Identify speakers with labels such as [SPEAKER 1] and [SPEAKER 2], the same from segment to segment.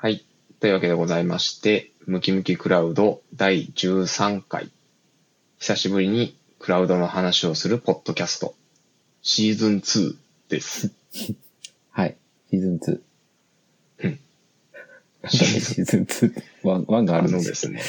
[SPEAKER 1] はい。というわけでございまして、ムキムキクラウド第13回。久しぶりにクラウドの話をするポッドキャスト。シーズン2です。
[SPEAKER 2] はい。シーズン2。
[SPEAKER 1] うん。
[SPEAKER 2] シーズン2。1があるんです
[SPEAKER 1] ね。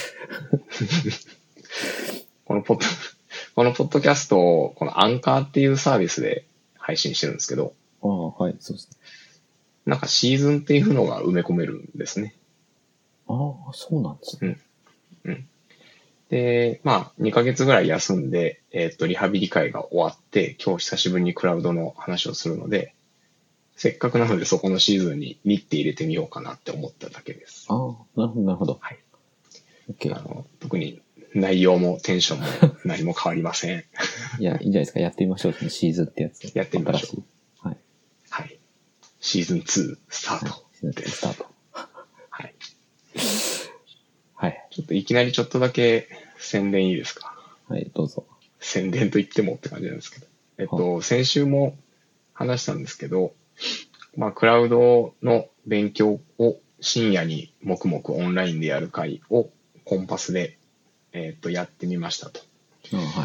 [SPEAKER 1] このポッドキャストを、このアンカーっていうサービスで配信してるんですけど。
[SPEAKER 2] ああ、はい、そうですね。
[SPEAKER 1] なんかシーズンっていうのが埋め込めるんですね。
[SPEAKER 2] ああ、そうなんですね。
[SPEAKER 1] うん。で、2ヶ月ぐらい休んで、リハビリ会が終わって、今日久しぶりにクラウドの話をするので、せっかくなのでそこのシーズンにニッて入れてみようかなって思っただけです。
[SPEAKER 2] ああ、なるほど、なるほど。
[SPEAKER 1] はい。
[SPEAKER 2] OK。
[SPEAKER 1] 特に内容もテンションも何も変わりません。
[SPEAKER 2] いや、いいんじゃないですか。やってみましょう。シーズンってやつ。
[SPEAKER 1] やってみましょ
[SPEAKER 2] う。はい。
[SPEAKER 1] はい。シーズン2スタート、はい。
[SPEAKER 2] シーズン2スタート。
[SPEAKER 1] はい。
[SPEAKER 2] はい。
[SPEAKER 1] ちょっといきなりちょっとだけ宣伝いいですか？
[SPEAKER 2] はい、どうぞ。
[SPEAKER 1] 宣伝と言ってもって感じなんですけど。先週も話したんですけど、クラウドの勉強を深夜に黙々オンラインでやる会をコンパスで、やってみましたと。
[SPEAKER 2] はい。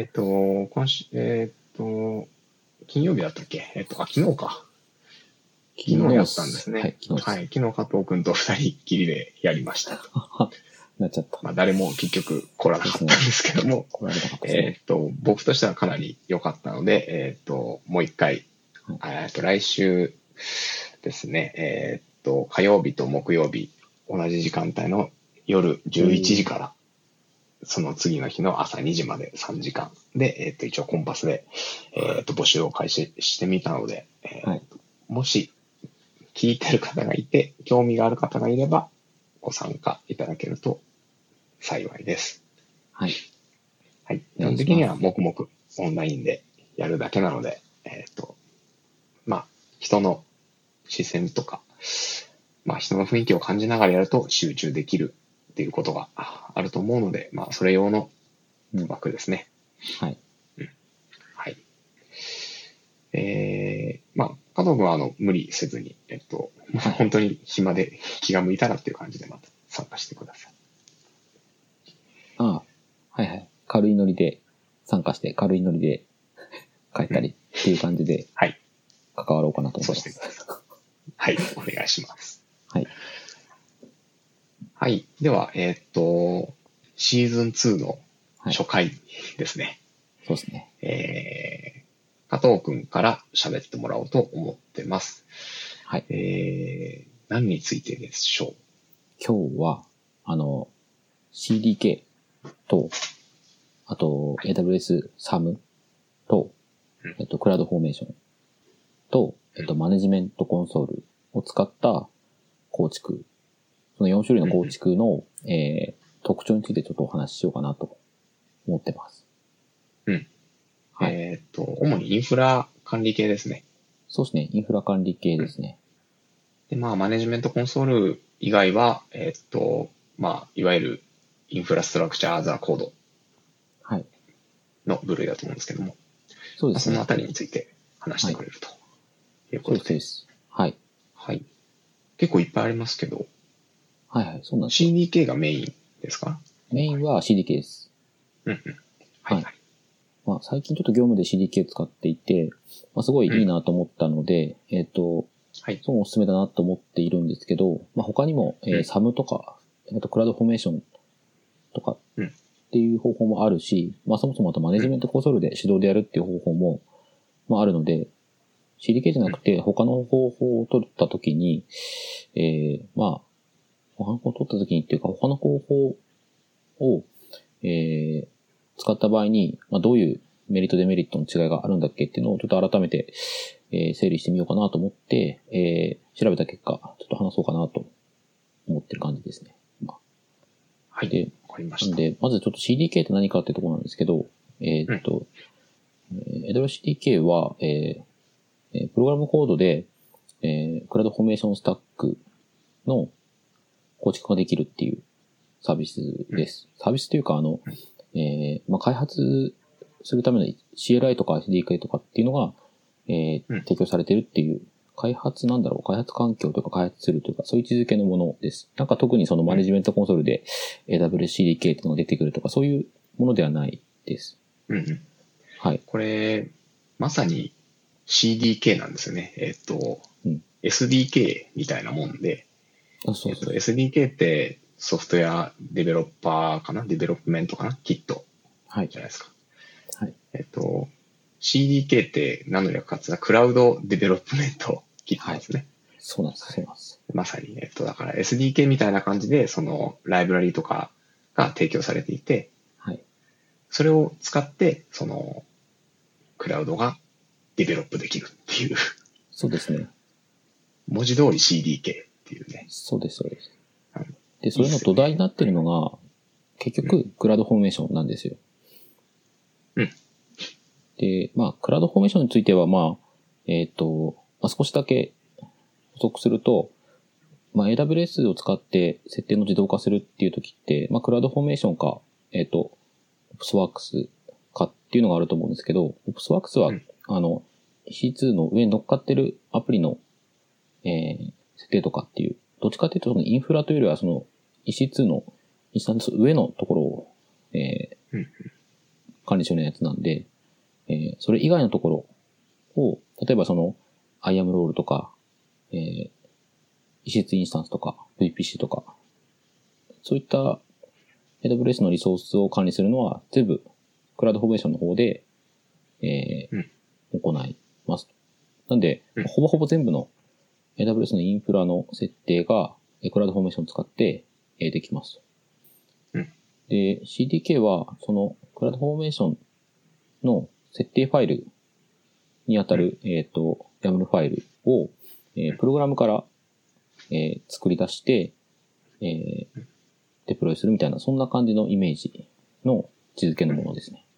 [SPEAKER 1] 今週、金曜日だったっけ？昨日か。昨日やったんですね。はい、昨日加藤くんと二人っきりでやりました。
[SPEAKER 2] なっちゃった。
[SPEAKER 1] 誰も結局来らなかったんですけども、僕としてはかなり良かったので、もう一回、来週ですね、火曜日と木曜日、同じ時間帯の夜11時から、その次の日の朝2時まで3時間で、一応コンパスで、募集を開始してみたので、もし聞いてる方がいて、興味がある方がいれば、ご参加いただけると幸いです。
[SPEAKER 2] はい。
[SPEAKER 1] はい。基本的には黙々オンラインでやるだけなので、人の視線とか、人の雰囲気を感じながらやると集中できるっていうことがあると思うので、それ用の枠ですね。
[SPEAKER 2] はい。
[SPEAKER 1] はい。加藤君は無理せずに、本当に暇で気が向いたらっていう感じでまた参加してください。
[SPEAKER 2] ああ、はいはい。軽いノリで参加して、軽いノリで帰ったりっていう感じで、
[SPEAKER 1] はい。
[SPEAKER 2] 関わろうかなと思います。
[SPEAKER 1] そうしてください。はい、お願いします。
[SPEAKER 2] はい。
[SPEAKER 1] はい。では、シーズン2の初回ですね。
[SPEAKER 2] そうですね。
[SPEAKER 1] 加藤くんから喋ってもらおうと思ってます。
[SPEAKER 2] はい。
[SPEAKER 1] 何についてでしょう？
[SPEAKER 2] 今日は、CDK と、あと、AWS SAM と、クラウドフォーメーションと、マネジメントコンソールを使った構築、その4種類の構築の、特徴についてちょっとお話ししようかなと思ってます。
[SPEAKER 1] うん。はい。主にインフラ管理系ですね。
[SPEAKER 2] そうですね。インフラ管理系ですね。
[SPEAKER 1] で、マネジメントコンソール以外は、いわゆるインフラストラクチャーアザーコードの部類だと思うんですけども、
[SPEAKER 2] そうですね。
[SPEAKER 1] そのあたりについて話してくれるということで。
[SPEAKER 2] そうです。はい。
[SPEAKER 1] はい。結構いっぱいありますけど、
[SPEAKER 2] はいはい、そうなんです。
[SPEAKER 1] CDK がメインですか？
[SPEAKER 2] メインは CDK です。
[SPEAKER 1] うんうん。はいはい。
[SPEAKER 2] 最近ちょっと業務で CDK 使っていて、すごいいいなと思ったので、はい。そうおすすめだなと思っているんですけど、他にも、SAM とか、クラウドフォーメーションとかっていう方法もあるし、そもそもマネジメントコンソールで手動でやるっていう方法も、あるので、CDK じゃなくて他の方法を取ったときに、他の方法を取ったときにっていうか、他の方法を、使った場合に、どういうメリットデメリットの違いがあるんだっけっていうのをちょっと改めて、整理してみようかなと思って、調べた結果、ちょっと話そうかなと思ってる感じですね。
[SPEAKER 1] はい。
[SPEAKER 2] で、
[SPEAKER 1] わかりました。
[SPEAKER 2] で、まずちょっと CDK って何かってところなんですけど、AWS CDK は、プログラムコードで、クラウドフォーメーションスタックの構築ができるっていうサービスです。サービスというか、開発するための CLI とか SDK とかっていうのが、提供されてるっていう開発環境というか開発するというか、そういう位置づけのものです。なんか特にそのマネジメントコンソールで AWS CDK っていうのが出てくるとか、そういうものではないです。
[SPEAKER 1] うんうん。
[SPEAKER 2] はい。
[SPEAKER 1] これ、まさに CDK なんですよね。SDK みたいなもんで、SDK ってソフトウェアデベロッパーかなデベロップメントかなキットじゃないですか。
[SPEAKER 2] はい。
[SPEAKER 1] CDK って何の略かっていうとクラウドデベロップメントキットなんですね。はい、
[SPEAKER 2] そうなんです。そうなんです。
[SPEAKER 1] まさに、だから SDK みたいな感じで、そのライブラリとかが提供されていて、
[SPEAKER 2] はい。
[SPEAKER 1] それを使って、その、クラウドがデベロップできるっていう。
[SPEAKER 2] そうですね。
[SPEAKER 1] 文字通り CDK っていうね。
[SPEAKER 2] そうです、そうです。で、それの土台になってるのが、結局、クラウドフォーメーションなんですよ。
[SPEAKER 1] うん。
[SPEAKER 2] で、まあ、クラウドフォーメーションについては、少しだけ補足すると、まあ、AWS を使って設定の自動化するっていう時って、まあ、クラウドフォーメーションか、OpsWorks かっていうのがあると思うんですけど、OpsWorks は、EC2 の上に乗っかってるアプリの、設定とかっていう、どっちかっていうと、そのインフラというよりは、その EC2 のインスタンス上のところを、管理するようなやつなんで、それ以外のところを、例えばその IAM ロールとか、EC2 インスタンスとか、VPC とか、そういった AWS のリソースを管理するのは全部クラウドフォーメーションの方で、行います。なんで、ほぼほぼ全部の AWS のインフラの設定がクラウドフォーメーションを使ってできます。で、CDK はそのクラウドフォーメーションの設定ファイルにあたる、YAML ファイルを、プログラムから、作り出して、デプロイするみたいな、そんな感じのイメージの位置づけのものですね。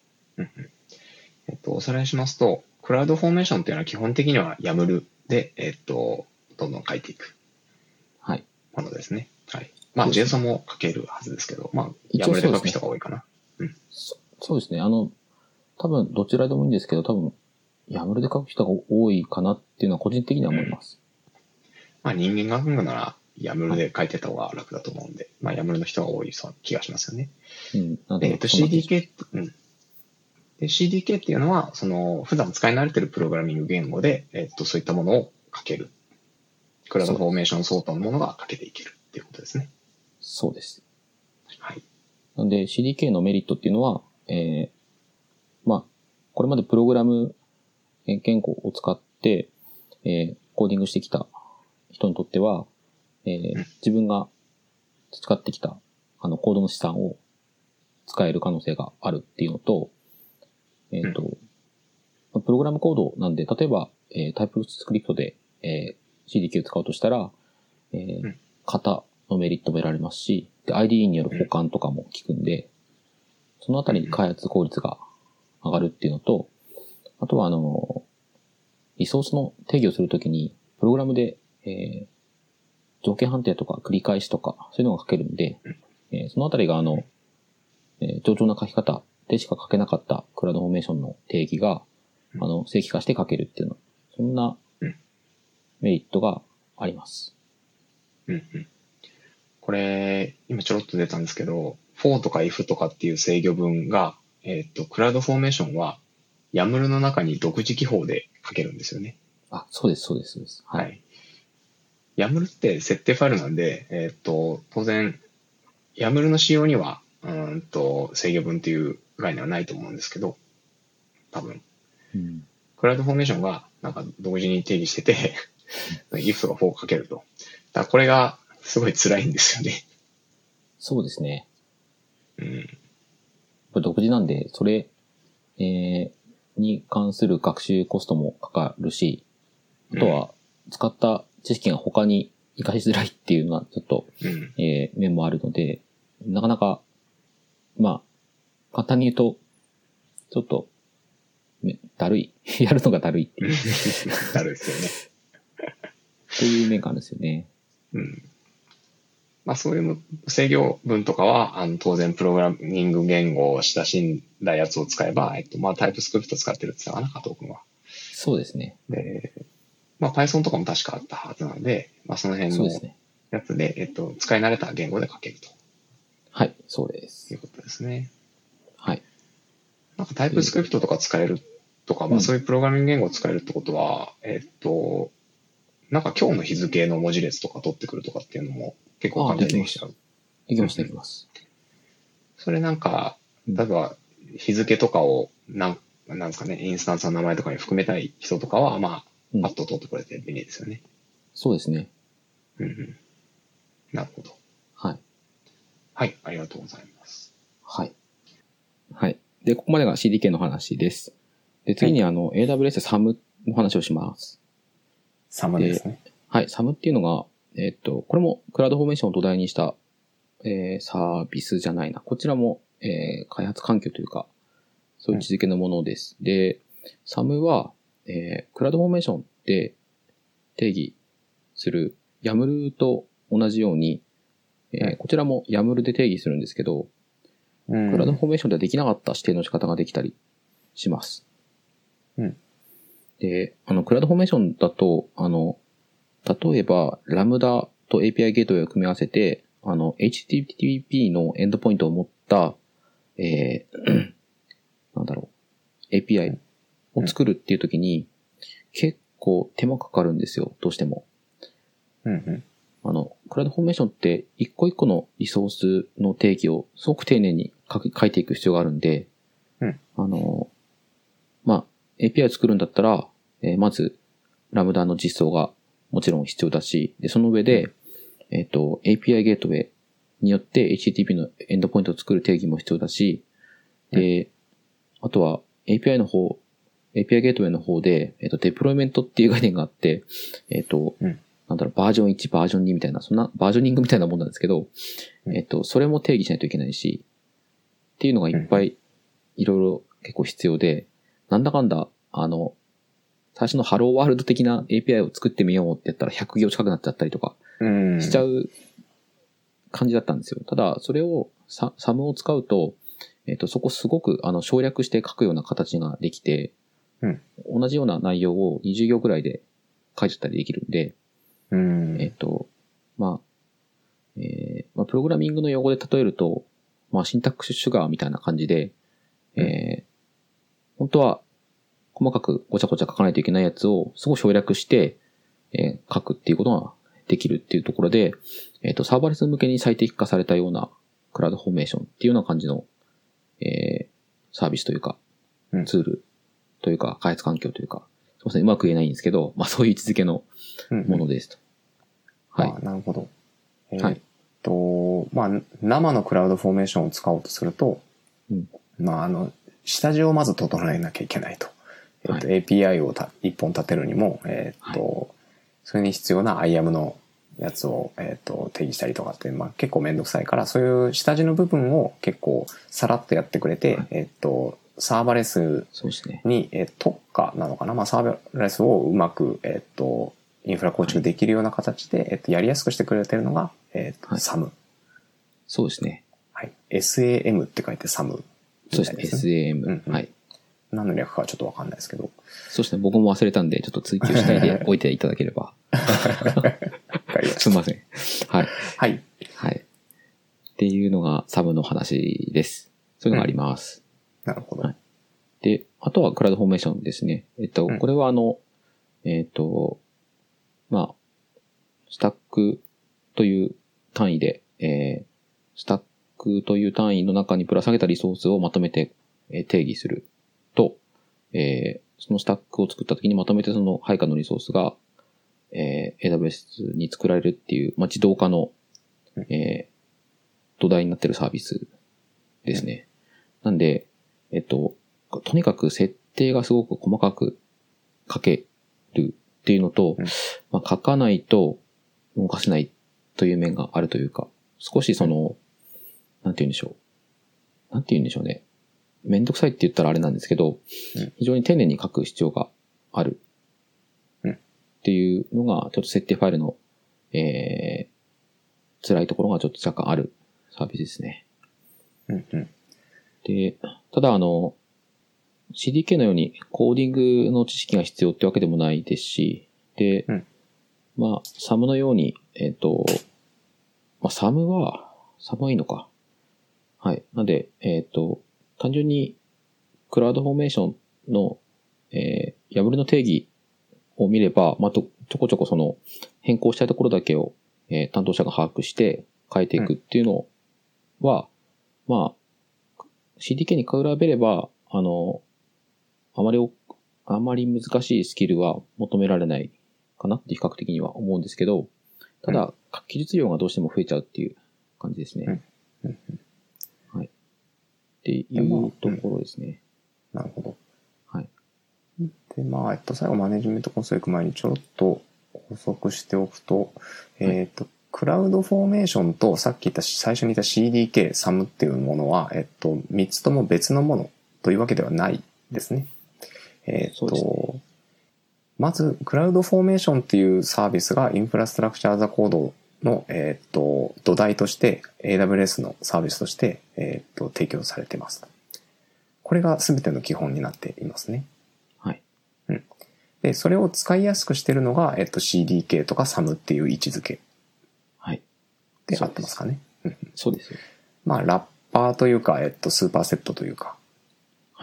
[SPEAKER 1] おさらいしますと、クラウドフォーメーションっていうのは基本的には YAML で、どんどん書いていく。
[SPEAKER 2] はい。
[SPEAKER 1] ものですね。はい。まあ、JSON も書けるはずですけど、まあ、YAML で書く人が多いかな。
[SPEAKER 2] そうですね。多分、どちらでもいいんですけど、多分、YAML で書く人が多いかなっていうのは個人的には思います。
[SPEAKER 1] まあ、人間が書くなら YAML で書いてた方が楽だと思うんで、まあ、YAML の人が多い気がしますよね。CDK、で、CDK っていうのは、その、普段使い慣れてるプログラミング言語で、そういったものを書ける。クラウドフォーメーション相当のものが書けていけるっていうことですね。
[SPEAKER 2] そうです。
[SPEAKER 1] はい。
[SPEAKER 2] なんで CDK のメリットっていうのは、これまでプログラム言語を使って、コーディングしてきた人にとっては、自分が培ってきたコードの資産を使える可能性があるっていうのと、プログラムコードなんで、例えば、タイプスクリプトで、CDK を使うとしたら、型のメリットも得られますし、で IDE による保管とかも効くんで、そのあたりに開発効率が上がるっていうのと、あとはリソースの定義をするときに、プログラムで、条件判定とか繰り返しとか、そういうのが書けるんで、そのあたりが上々な書き方でしか書けなかったクラウドフォーメーションの定義が、正規化して書けるっていうの、そんなメリットがあります。
[SPEAKER 1] これ、今ちょろっと出たんですけど、for とか if とかっていう制御文が、クラウドフォーメーションは YAML の中に独自記法で書けるんですよね。
[SPEAKER 2] あ、そうです、そうです、そうです。
[SPEAKER 1] はい。YAML って設定ファイルなんで、当然、YAML の仕様には、制御文っていう概念はないと思うんですけど、多分。クラウドフォーメーションがなんか独自に定義してて、if とか for を書けると。だからこれがすごい辛いんですよね。
[SPEAKER 2] そうですね。独自なんで、それ、に関する学習コストもかかるし、あとは使った知識が他に活かしづらいっていうのはちょっと、面もあるので、なかなか、簡単に言うと、ちょっと、だるい。やるのがだるいっていう。
[SPEAKER 1] だるいですよね。
[SPEAKER 2] という面があるんですよね。
[SPEAKER 1] そういう制御文とかは、当然プログラミング言語を親しんだやつを使えば、タイプスクリプト使ってるって言ったかな、加藤君は。
[SPEAKER 2] そうですね。
[SPEAKER 1] で、 まあ Python とかも確かあったはずなので、まあその辺のやつで、使い慣れた言語で書けると。
[SPEAKER 2] はい、そうです。
[SPEAKER 1] いうことですね。
[SPEAKER 2] はい。
[SPEAKER 1] なんかタイプスクリプトとか使えるとか、まあそういうプログラミング言語を使えるってことは、なんか今日の日付の文字列とか取ってくるとかっていうのも結構簡単にできちゃう。
[SPEAKER 2] できます、できます。
[SPEAKER 1] それなんか、例えば日付とかをなんですかね、インスタンスの名前とかに含めたい人とかは、まあ、パッと取ってくれて便利ですよね。
[SPEAKER 2] そうですね。
[SPEAKER 1] なるほど。
[SPEAKER 2] はい。
[SPEAKER 1] はい、ありがとうございます。
[SPEAKER 2] はい。はい。で、ここまでが CDK の話です。で、次にAWS SAM の話をします。
[SPEAKER 1] SAM ですね。
[SPEAKER 2] はい。SAM っていうのが、これもクラウドフォーメーションを土台にした、サービスじゃないな。こちらも、開発環境というか、そういう位置づけのものです。で、SAM は、クラウドフォーメーションで定義する YAML と同じように、こちらも YAML で定義するんですけど、クラウドフォーメーションではできなかった指定の仕方ができたりします。で、クラウドフォーメーションだと、例えば、ラムダと API ゲートウェイを組み合わせて、HTTP のエンドポイントを持った、API を作るっていう時に、結構手間かかるんですよ、どうしても。クラウドフォーメーションって一個一個のリソースの定義をすごく丁寧に書いていく必要があるんで、API を作るんだったら、まず、ラムダの実装がもちろん必要だし、で、その上で、API ゲートウェイによって HTTP のエンドポイントを作る定義も必要だし、で、あとは API ゲートウェイの方で、デプロイメントっていう概念があって、バージョン1、バージョン2みたいな、そんなバージョニングみたいなもんなんですけど、それも定義しないといけないし、っていうのがいっぱいいろいろ結構必要で、なんだかんだ、最初のハローワールド的な API を作ってみようってやったら100行近くなっちゃったりとかしちゃう感じだったんですよ。ただ、それをSAM を使うと、そこすごく省略して書くような形ができて、同じような内容を20行くらいで書いちゃったりできるんで、プログラミングの用語で例えると、シンタックスシュガーみたいな感じで、本当は細かくごちゃごちゃ書かないといけないやつをすごい省略して、書くっていうことができるっていうところで、サーバーレス向けに最適化されたようなクラウドフォーメーションっていうような感じの、サービスというか、ツールというか、開発環境というか、すいません、うまく言えないんですけど、そういう位置づけのものですと。
[SPEAKER 1] はい。なるほど。生のクラウドフォーメーションを使おうとすると、下地をまず整えなきゃいけないと。API を一本立てるにも、それに必要な IAM のやつを、定義したりとかって、結構めんどくさいから、そういう下地の部分を結構さらっとやってくれて、サーバーレスに、特化なのかな、サーバーレスをうまく、インフラ構築できるような形で、やりやすくしてくれてるのが、SAM。
[SPEAKER 2] そうですね。
[SPEAKER 1] はい。SAM って書いて SAM。
[SPEAKER 2] そうですね。SAM。はい。
[SPEAKER 1] 何の略かはちょっとわかんないですけど。
[SPEAKER 2] そうですね。僕も忘れたんで、ちょっと追求したいでおいていただければ。すみません。はい。
[SPEAKER 1] はい。
[SPEAKER 2] はい。っていうのがSAMの話です。そういうのがあります。
[SPEAKER 1] なるほど。
[SPEAKER 2] で、あとはクラウドフォーメーションですね。これはスタックという単位で、スタックという単位の中にぶら下げたリソースをまとめて定義すると、そのスタックを作った時にまとめてその配下のリソースが、AWS に作られるっていう、自動化の、土台になっているサービスですね。なんで、とにかく設定がすごく細かく書けるっていうのと、書かないと動かせないという面があるというか、少しなんて言うんでしょうね。めんどくさいって言ったらあれなんですけど、非常に丁寧に書く必要があるっていうのが、ちょっと設定ファイルの、辛いところがちょっと若干あるサービスですね。で、ただCDK のようにコーディングの知識が必要ってわけでもないですし、 で、まあ、サムのように、まあ、サムはいいのか。はい。なんで、単純に、クラウドフォーメーションの、破りの定義を見れば、まあ、ちょこちょこその、変更したいところだけを、担当者が把握して変えていくっていうのは、まあ、CDK に比べれば、あまり難しいスキルは求められないかなって比較的には思うんですけど、ただ、記述量がどうしても増えちゃうっていう感じですね。はい。っていうところですね。
[SPEAKER 1] なるほど。
[SPEAKER 2] はい。
[SPEAKER 1] で、まあ、最後マネジメントコンソール行く前にちょろっと補足しておくと、クラウドフォーメーションとさっき言った最初に言った CDK、SAM っていうものは、3つとも別のものというわけではないですね。
[SPEAKER 2] そうですね。
[SPEAKER 1] まず、クラウドフォーメーションっていうサービスがインフラストラクチャーザコードの、土台として、AWS のサービスとして、提供されています。これが全ての基本になっていますね。
[SPEAKER 2] はい。
[SPEAKER 1] で、それを使いやすくしているのが、CDK とか SAM っていう位置づけ。
[SPEAKER 2] はい。
[SPEAKER 1] で、合ってますかね。
[SPEAKER 2] そうです。
[SPEAKER 1] まあ、ラッパーというか、スーパーセットというか。
[SPEAKER 2] はい。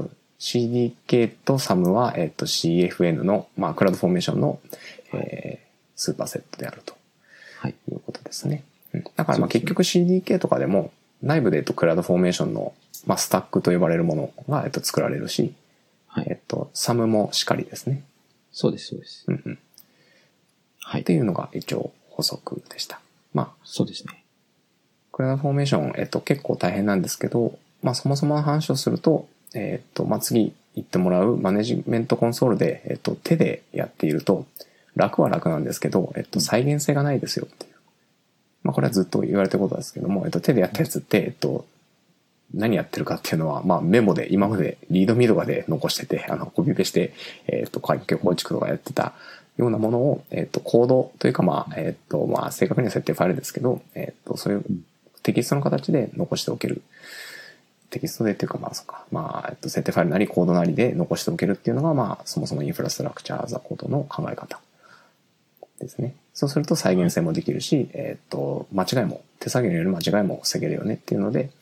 [SPEAKER 1] CDK と SAM は、CFN の、まあ、クラウドフォーメーションの、スーパーセットであると。
[SPEAKER 2] はい。
[SPEAKER 1] いうことですね。だから、まあ、結局 CDK とかでも、内部で、クラウドフォーメーションの、まあ、スタックと呼ばれるものが、作られるし、
[SPEAKER 2] はい。
[SPEAKER 1] SAM もしかりですね。
[SPEAKER 2] そうです、そうです。
[SPEAKER 1] はい。っていうのが一応補足でした。まあ、
[SPEAKER 2] そうですね。
[SPEAKER 1] クラウドフォーメーション、結構大変なんですけど、まあ、そもそもの話をすると、まあ、次言ってもらうマネジメントコンソールで、手でやっていると、楽は楽なんですけど、再現性がないですよっていう。まあ、これはずっと言われてることですけども、手でやったやつって、何やってるかっていうのは、まあ、メモで、今までリードミーとかで残してて、コピペして、環境構築とかやってたようなものを、コードというか、まあ、まあ、正確には設定ファイルですけど、そういうテキストの形で残しておける。テキストでっていうか、まあ、そうか。まあ、設定ファイルなり、コードなりで残しておけるっていうのが、まあ、そもそもインフラストラクチャーザコードの考え方ですね。そうすると再現性もできるし、間違いも、手作業による間違いも防げるよねっていうので、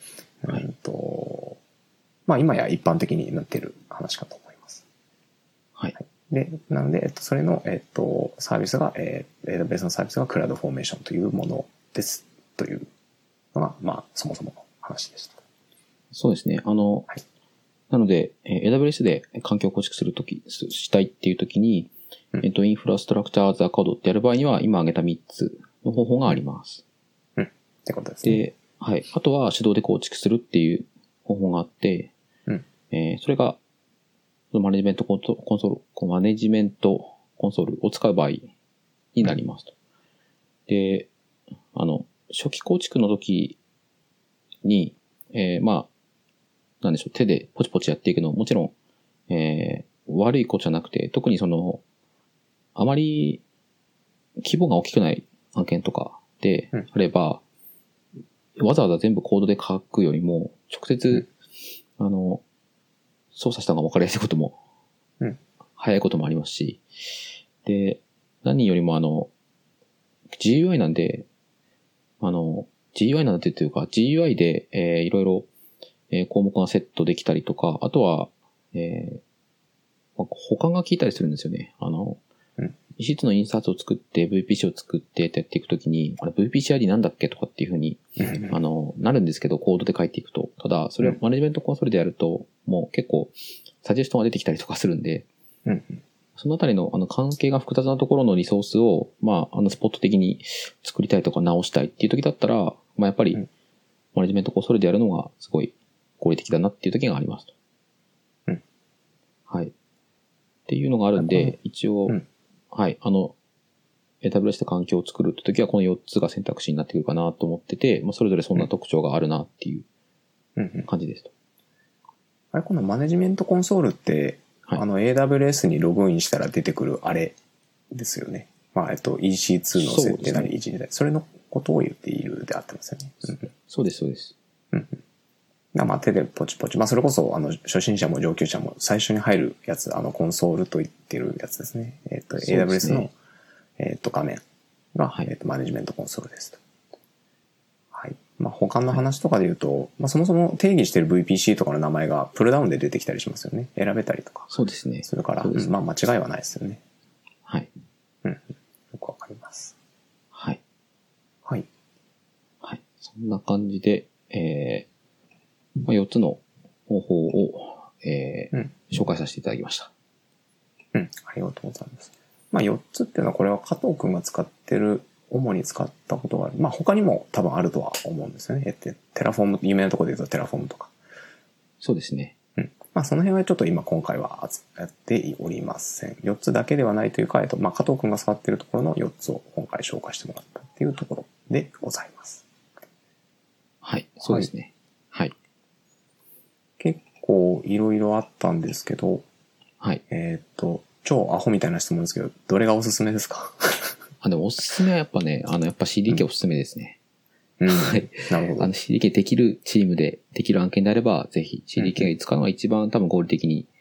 [SPEAKER 1] まあ、今や一般的になっている話かと思います。
[SPEAKER 2] はい。
[SPEAKER 1] で、なので、それの、サービスが、AWS のサービスがクラウドフォーメーションというものです。というのが、まあ、そもそもの話でした。
[SPEAKER 2] そうですね。はい、なので、AWS で環境を構築するとき、したいっていうときに、インフラストラクチャーザコードってやる場合には、今挙げた3つの方法があります。
[SPEAKER 1] ってことですね。
[SPEAKER 2] で、はい。あとは手動で構築するっていう方法があって、それが、マネジメントコンソールを使う場合になりますと。で、初期構築の時に、まあ、なんでしょう、手でポチポチやっていくのももちろん、悪いことじゃなくて、特にあまり規模が大きくない案件とかであれば、わざわざ全部コードで書くよりも、直接、操作したのが分かりやすいことも、早いこともありますし、で、何よりもGUI なんで、GUI なんてというか、GUI で、いろいろ、項目がセットできたりとか、あとは、保管が効いたりするんですよね。一つのインサートを作って、VPC を作ってってやっていくときに、あれ VPC-ID なんだっけとかっていうふうに、なるんですけど、コードで書いていくと。ただ、それをマネジメントコンソールでやると、もう結構、サジェストが出てきたりとかするんで、そのあたりの、関係が複雑なところのリソースを、まあ、スポット的に作りたいとか直したいっていう時だったら、まあ、やっぱり、マネジメントコンソールでやるのが、すごい合理的だなっていう時がありますと。はい。っていうのがあるんで、一応、はい、AWS で環境を作るって時は、この4つが選択肢になってくるかなと思ってて、まあ、それぞれそんな特徴があるなっていう感じですと。
[SPEAKER 1] あれ、このマネジメントコンソールって、AWS にログインしたら出てくるあれですよね。まあ、EC2 の設定なり EC2 なり、それのことを言っているであってますよね。
[SPEAKER 2] そうです、そうです。
[SPEAKER 1] まあ手でポチポチ。まあそれこそ、初心者も上級者も最初に入るやつ、コンソールと言ってるやつですね。AWS の、画面が、
[SPEAKER 2] はい、
[SPEAKER 1] マネジメントコンソールですと。はい。まあ他の話とかで言うと、まあそもそも定義してる VPC とかの名前がプルダウンで出てきたりしますよね。選べたりとか。
[SPEAKER 2] そうですね。
[SPEAKER 1] それから、まあ間違いはないですよね。
[SPEAKER 2] はい。
[SPEAKER 1] うん。よくわかります。
[SPEAKER 2] はい。
[SPEAKER 1] はい。
[SPEAKER 2] はい。そんな感じで、まあ、4つの方法を、紹介させていただきました。
[SPEAKER 1] うん。ありがとうございます。まあ4つっていうのはこれは加藤くんが使ってる、主に使ったことがある。まあ他にも多分あるとは思うんですよね。テラフォーム、有名なところで言うとテラフォームとか。
[SPEAKER 2] そうですね。
[SPEAKER 1] うん。まあその辺はちょっと今回はやっておりません。4つだけではないというか、まあ加藤くんが触っているところの4つを今回紹介してもらったっていうところでございます。
[SPEAKER 2] はい、そうですね。はい。
[SPEAKER 1] 結構いろいろあったんですけど、
[SPEAKER 2] はい。
[SPEAKER 1] 超アホみたいな質問ですけど、どれがおすすめですか？
[SPEAKER 2] でもおすすめはやっぱね、やっぱ CDK おすすめですね。
[SPEAKER 1] うん。
[SPEAKER 2] はい。
[SPEAKER 1] なるほど。
[SPEAKER 2] CDK できるチームでできる案件であれば、ぜひ CDK が使うのが一番多分合理的に、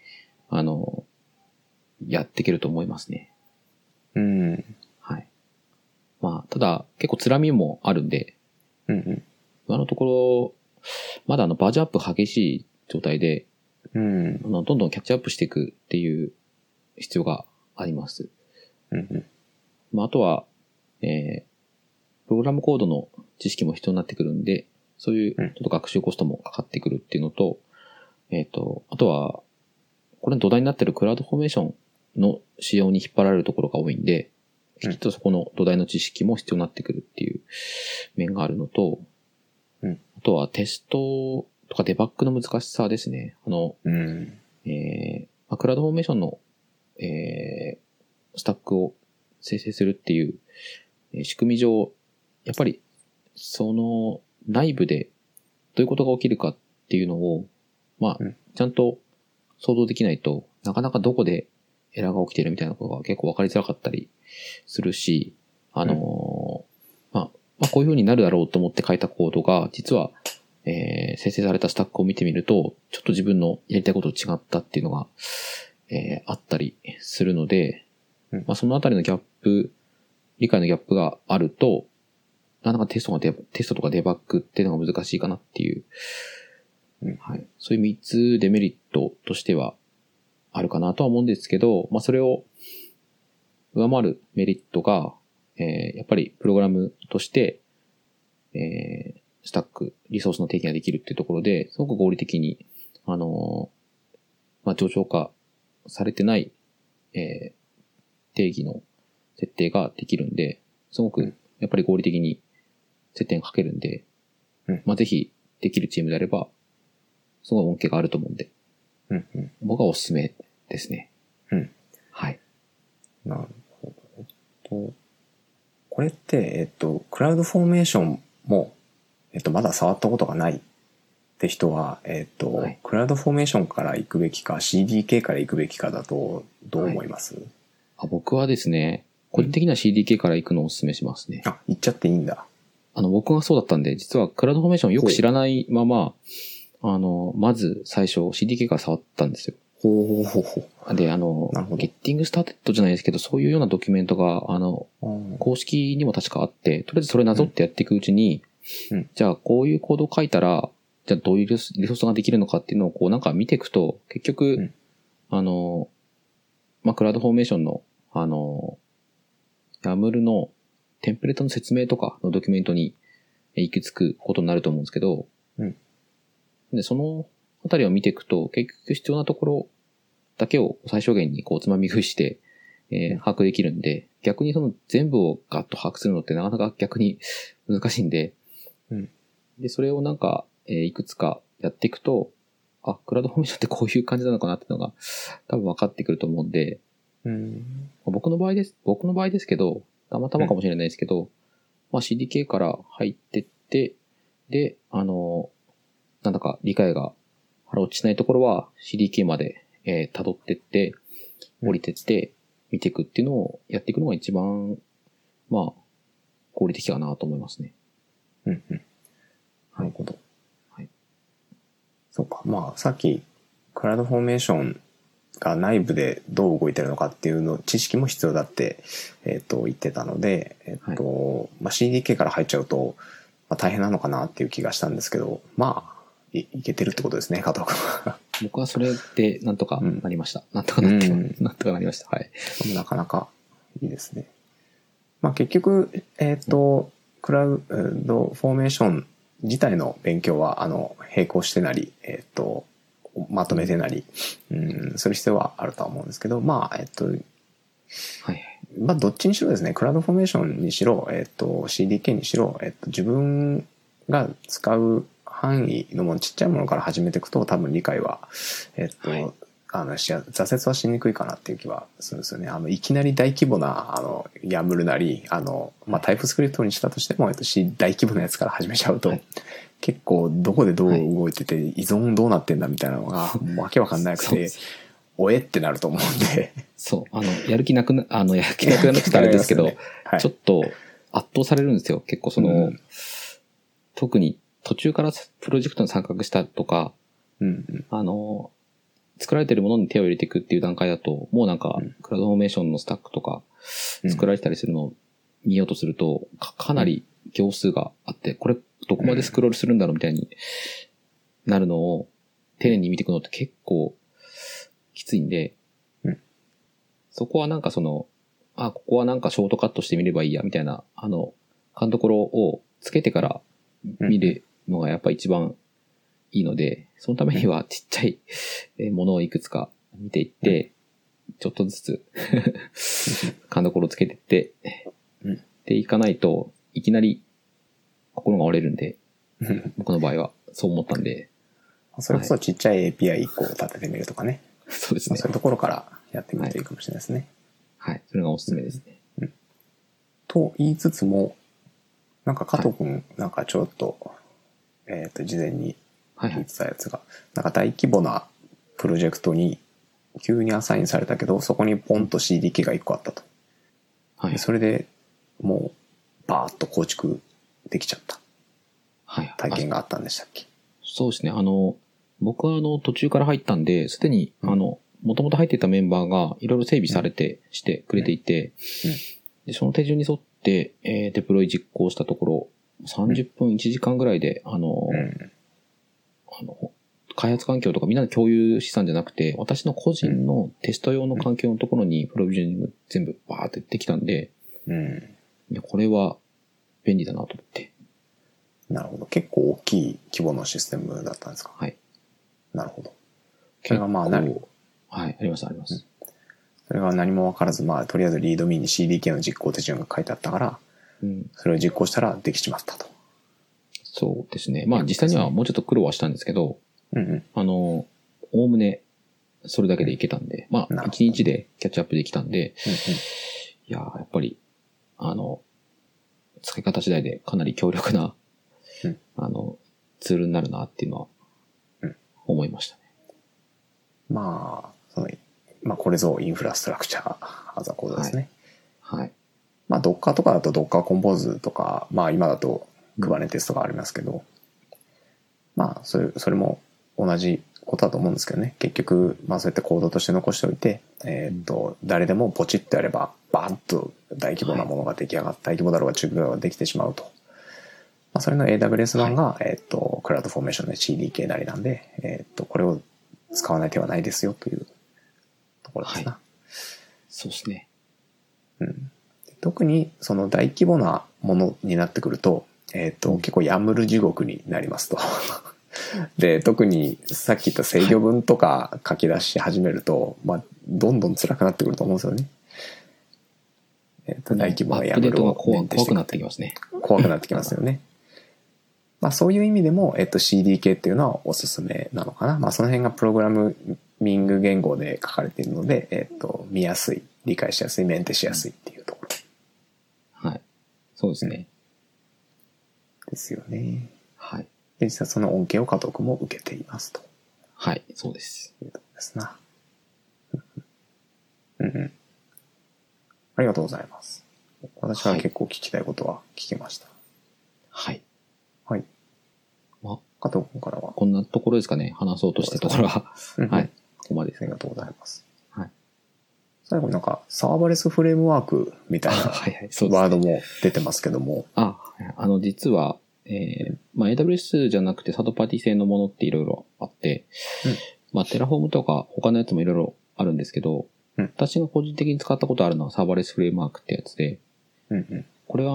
[SPEAKER 2] やっていけると思いますね。
[SPEAKER 1] うん。
[SPEAKER 2] はい。まあ、ただ、結構つらみもあるんで、
[SPEAKER 1] うんうん。
[SPEAKER 2] 今のところ、まだバージョンアップ激しい状態で、
[SPEAKER 1] うん。
[SPEAKER 2] どんどんキャッチアップしていくっていう必要があります。
[SPEAKER 1] うんうん。
[SPEAKER 2] まあ、あとは、プログラムコードの知識も必要になってくるんで、そういうちょっと学習コストもかかってくるっていうのと、あとは、これの土台になってるクラウドフォーメーションの仕様に引っ張られるところが多いんで、きっとそこの土台の知識も必要になってくるっていう面があるのと、あとはテストとかデバッグの難しさですね。クラウドフォーメーションの、スタックを生成するっていう仕組み上、やっぱりその内部でどういうことが起きるかっていうのを、まあ、ちゃんと想像できないとなかなかどこでエラーが起きてるみたいなことが結構分かりづらかったりするし、まあ、こういう風になるだろうと思って書いたコードが、実は、生成されたスタックを見てみると、ちょっと自分のやりたいことと違ったっていうのが、あったりするので、まあ、そのあたりのギャップ、理解のギャップがあると、なかなかテストとかデバッグっていうのが難しいかなっていう、はい。そういう3つデメリットとしてはあるかなとは思うんですけど、まあ、それを上回るメリットが、やっぱりプログラムとして、スタック、リソースの定義ができるっていうところで、すごく合理的に、まあ、上昇化されてない、定義の設定ができるんで、すごく、やっぱり合理的に接点かけるんで、まあ、ぜひできるチームであれば、すごい恩恵があると思うんで、僕はおすすめですね。はい。
[SPEAKER 1] なるほど。これって、クラウドフォーメーションも、まだ触ったことがないって人は、クラウドフォーメーションから行くべきか、CDK から行くべきかだと、どう思います？
[SPEAKER 2] 僕はですね、個人的には CDK から行くのをお勧めしますね。
[SPEAKER 1] 行っちゃっていいんだ。
[SPEAKER 2] 僕がそうだったんで、実はクラウドフォーメーションよく知らないまま、まず最初 CDK から触ったんですよ。で、ゲッティングスターテッドじゃないですけど、そういうようなドキュメントが、公式にも確かあって、とりあえずそれなぞってやっていくうちに、じゃあこういうコードを書いたら、じゃあどういうリソースができるのかっていうのをこうなんか見ていくと、結局、まあ、クラウドフォーメーションの、YAML のテンプレートの説明とかのドキュメントに行き着くことになると思うんですけど、で、そのあたりを見ていくと、結局必要なところだけを最小限にこうつまみ食いして、把握できるんで、逆にその全部をガッと把握するのってなかなか逆に難しいんで、で、それをなんか、いくつかやっていくと、クラウドフォーメーションってこういう感じなのかなっていうのが多分分かってくると思うんで、僕の場合ですけど、たまたまかもしれないですけど、まあ CDK から入ってって、で、なんだか理解が腹落ちしないところは CDK まで、辿ってって、降りてって、見ていくっていうのをやっていくのが一番、まあ、合理的かなと思いますね。
[SPEAKER 1] なるほど。
[SPEAKER 2] はい。
[SPEAKER 1] そうか。まあ、さっき、クラウドフォーメーションが内部でどう動いてるのかっていうの、知識も必要だって、言ってたので、
[SPEAKER 2] はい、
[SPEAKER 1] まあ、CDK から入っちゃうと、まあ、大変なのかなっていう気がしたんですけど、まあ、いけてるってことですね、加藤君は。
[SPEAKER 2] 僕はそれでなんとかなりました。なんとかなって、なんとかなりました。はい。
[SPEAKER 1] なかなかいいですね。まあ結局、クラウドフォーメーション自体の勉強は、並行してなり、まとめてなり、する必要はあるとは思うんですけど、まあ、
[SPEAKER 2] はい。
[SPEAKER 1] まあ、どっちにしろですね、クラウドフォーメーションにしろ、CDK にしろ、自分が使う範囲のもの、ちっちゃいものから始めていくと、多分理解は、挫折はしにくいかなっていう気はするんですよね。いきなり大規模な、ヤムルなり、まあ、タイプスクリプトにしたとしても、大規模なやつから始めちゃうと、はい、結構どこでどう動いてて、依存どうなってんだみたいなのが、わけわかんなくて、おえってなると思うんで。
[SPEAKER 2] そう。やる気なくなっちゃったらあれですけど、ね、はい、ちょっと圧倒されるんですよ。結構特に途中からプロジェクトに参画したとか、作られてるものに手を入れていくっていう段階だと、もうなんか、クラウドフォーメーションのスタックとか、作られてたりするのを見ようとすると、かなり行数があって、これどこまでスクロールするんだろうみたいになるのを、丁寧に見ていくのって結構きついんで、そこはなんかここはなんかショートカットしてみればいいや、みたいな、勘どころをつけてから見るのがやっぱ一番いいので、そのためにはちっちゃいものをいくつか見ていって、ちょっとずつ勘どころをつけていって、でいかないといきなり心が折れるんで、僕の場合はそう思ったんで。
[SPEAKER 1] それこそちっちゃい API1 個を立ててみるとかね。
[SPEAKER 2] そうですね。
[SPEAKER 1] そういうところからやってみるといいかもしれないですね。
[SPEAKER 2] はい。それがおすすめですね。
[SPEAKER 1] と言いつつも、なんか加藤くん、なんかちょっと、事前に聞いてたやつが、なんか大規模なプロジェクトに急にアサインされたけど、そこにポンと CDK が1個あったと。はい。それでもう、バーッと構築できちゃった。はい。体験があったんでしたっけ？
[SPEAKER 2] そうですね。僕は途中から入ったんで、すでに、もともと入っていたメンバーがいろいろ整備されて、してくれていて、でその手順に沿って、デプロイ実行したところ、30分1時間ぐらいで、開発環境とかみんなで共有資産じゃなくて、私の個人のテスト用の環境のところにプロビジョニング全部バーってできたんで、これは便利だなと思って。
[SPEAKER 1] なるほど。結構大きい規模のシステムだったんですか？
[SPEAKER 2] はい。
[SPEAKER 1] なるほど。それがまあ
[SPEAKER 2] はい、あります、あります。
[SPEAKER 1] それが何もわからず、まあ、とりあえずリードミーに CDK の実行手順が書いてあったから、それを実行したらできちまったと。
[SPEAKER 2] そうですね。まあ、実際にはもうちょっと苦労はしたんですけど、おおむね、それだけでいけたんで、まあ、1日でキャッチアップできたんで、いややっぱり、使い方次第でかなり強力な、ツールになるなっていうのは、思いましたね。
[SPEAKER 1] まあ、まあ、これぞインフラストラクチャーアザコードですね。
[SPEAKER 2] はい。
[SPEAKER 1] まあ、Docker とかだと Docker コンポーズとか、まあ、今だと Kubernetes とかありますけど、まあ、それも同じことだと思うんですけどね。結局、まあ、そうやってコードとして残しておいて、誰でもポチッとやれば、バーンと大規模なものが出来上がって、大規模だろうが中規模だろうができてしまうと。まあ、それの AWS 版が、クラウドフォーメーションで CDK なりなんで、これを使わない手はないですよというところですな。
[SPEAKER 2] そうですね。
[SPEAKER 1] 特にその大規模なものになってくると、結構ヤムル地獄になりますと。で、特にさっき言った制御文とか書き出し始めると、まあ、どんどん辛くなってくると思うんですよね。大規模なヤムルを
[SPEAKER 2] 怖くなってきますね。
[SPEAKER 1] 怖くなってきますよね。まあ、そういう意味でも、CDK っていうのはおすすめなのかな。まあ、その辺がプログラミング言語で書かれているので、見やすい、理解しやすい、メンテしやすいっていうところ。
[SPEAKER 2] はい。そうですね。
[SPEAKER 1] ですよね。
[SPEAKER 2] はい。
[SPEAKER 1] で、実際その恩恵を加藤君も受けていますと。
[SPEAKER 2] はい、そうです。
[SPEAKER 1] いうところですな。ありがとうございます。私は結構聞きたいことは聞きました。
[SPEAKER 2] はい。
[SPEAKER 1] はい。
[SPEAKER 2] まあ、
[SPEAKER 1] 加藤君からは。
[SPEAKER 2] こんなところですかね、話そうとしたところは。はい。ここまでです。
[SPEAKER 1] ありがとうございます。
[SPEAKER 2] はい。
[SPEAKER 1] 最後になんか、サーバレスフレームワークみたいなワードも出てますけども。
[SPEAKER 2] 実は、AWS じゃなくてサードパーティー製のものっていろいろあって、テラフォームとか他のやつもいろいろあるんですけど、私が個人的に使ったことあるのはサーバレスフレームワークってやつで、これは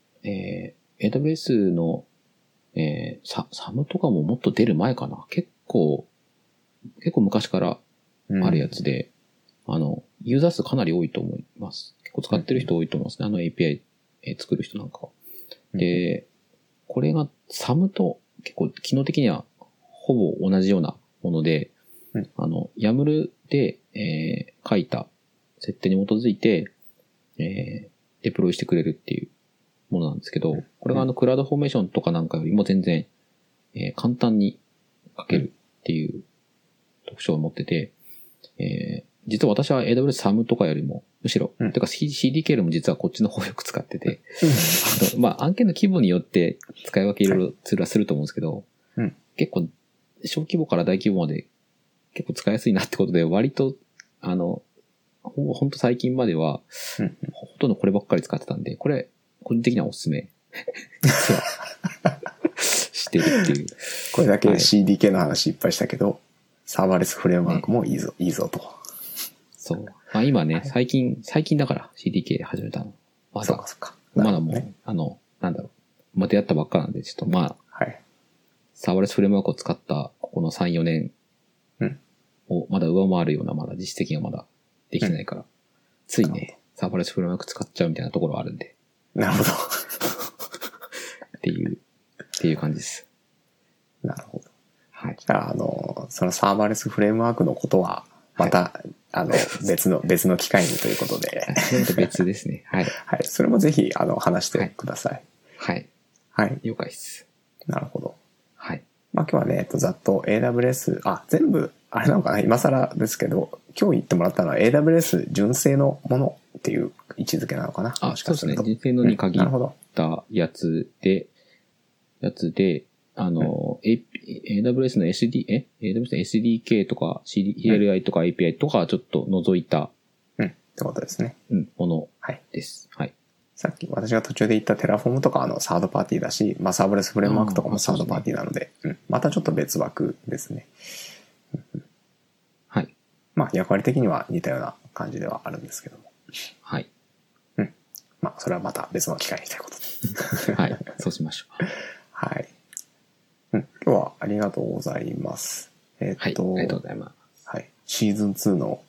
[SPEAKER 2] AWS の、サムとかももっと出る前かな。結構昔からあるやつで、ユーザー数かなり多いと思います。結構使ってる人多いと思いますね。API、作る人なんかは。で、これがサムと結構機能的にはほぼ同じようなもので、YAML で、書いた設定に基づいて、デプロイしてくれるっていうものなんですけど、これがクラウドフォーメーションとかなんかよりも全然、簡単に書けるっていう特徴を持ってて、実は私は AWS サムとかよりも、むしろ、てか CDK よりも実はこっちの方をよく使ってて、案件の規模によって使い分けいろいろすると思うんですけど、結構、小規模から大規模まで結構使いやすいなってことで、割と、ほんと最近までは、ほとんどこればっかり使ってたんで、これ、個人的にはおすすめ。実は、してるっていう。
[SPEAKER 1] これだけ CDK の話いっぱいしたけど、サーバーレスフレームワークもいいぞと。
[SPEAKER 2] そう。今ね、最近だから CDK 始めたの。まだもう、またやったばっかなんで、ちょっとサーバーレスフレームワークを使ったここの3、4年をまだ上回るような、まだ実績がまだできてないから、ついね、サーバーレスフレームワーク使っちゃうみたいなところはあるんで。
[SPEAKER 1] なるほど。
[SPEAKER 2] っていう感じです。
[SPEAKER 1] なるほど。
[SPEAKER 2] はい。
[SPEAKER 1] じゃあ、そのサーバーレスフレームワークのことは、また、別の機会にということで。
[SPEAKER 2] 別ですね。はい。
[SPEAKER 1] はい。それもぜひ、話してください。
[SPEAKER 2] はい。
[SPEAKER 1] はい。
[SPEAKER 2] 了解です。
[SPEAKER 1] なるほど。
[SPEAKER 2] はい。
[SPEAKER 1] 今日はね、ざっと AWS、全部、あれなのかな、今更ですけど、今日言ってもらったのは AWS 純正のものっていう位置づけなのかな。
[SPEAKER 2] そうですね。純正のに限ったやつで、AWS のAWS の SDK とか CLI とか API とかちょっと除いた、
[SPEAKER 1] ってことですね。
[SPEAKER 2] ものです。はい。
[SPEAKER 1] さっき私が途中で言ったテラフォームとかサードパーティーだし、サーバレスフレームワークとかもサードパーティーなので、またちょっと別枠ですね。
[SPEAKER 2] はい。
[SPEAKER 1] 役割的には似たような感じではあるんですけども。
[SPEAKER 2] はい。
[SPEAKER 1] それはまた別の機会にということで。
[SPEAKER 2] はい。そうしましょう。
[SPEAKER 1] はい。今日はありがとうございます。
[SPEAKER 2] はい。ありがとうございます。
[SPEAKER 1] はい。シーズン2の、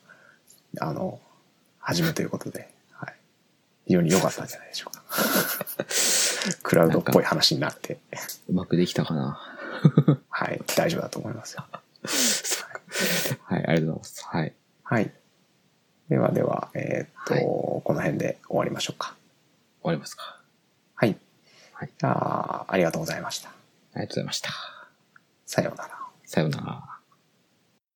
[SPEAKER 1] 始めということで、はい。非常に良かったんじゃないでしょうか。クラウドっぽい話になって。
[SPEAKER 2] うまくできたかな。
[SPEAKER 1] はい。大丈夫だと思いますよ。
[SPEAKER 2] はい。ありがとうございます。はい。
[SPEAKER 1] はい。では、この辺で終わりましょうか。
[SPEAKER 2] 終わりますか。
[SPEAKER 1] はい。
[SPEAKER 2] はい。
[SPEAKER 1] ありがとうございました。
[SPEAKER 2] ありがとうございました。
[SPEAKER 1] さようなら。
[SPEAKER 2] さようなら。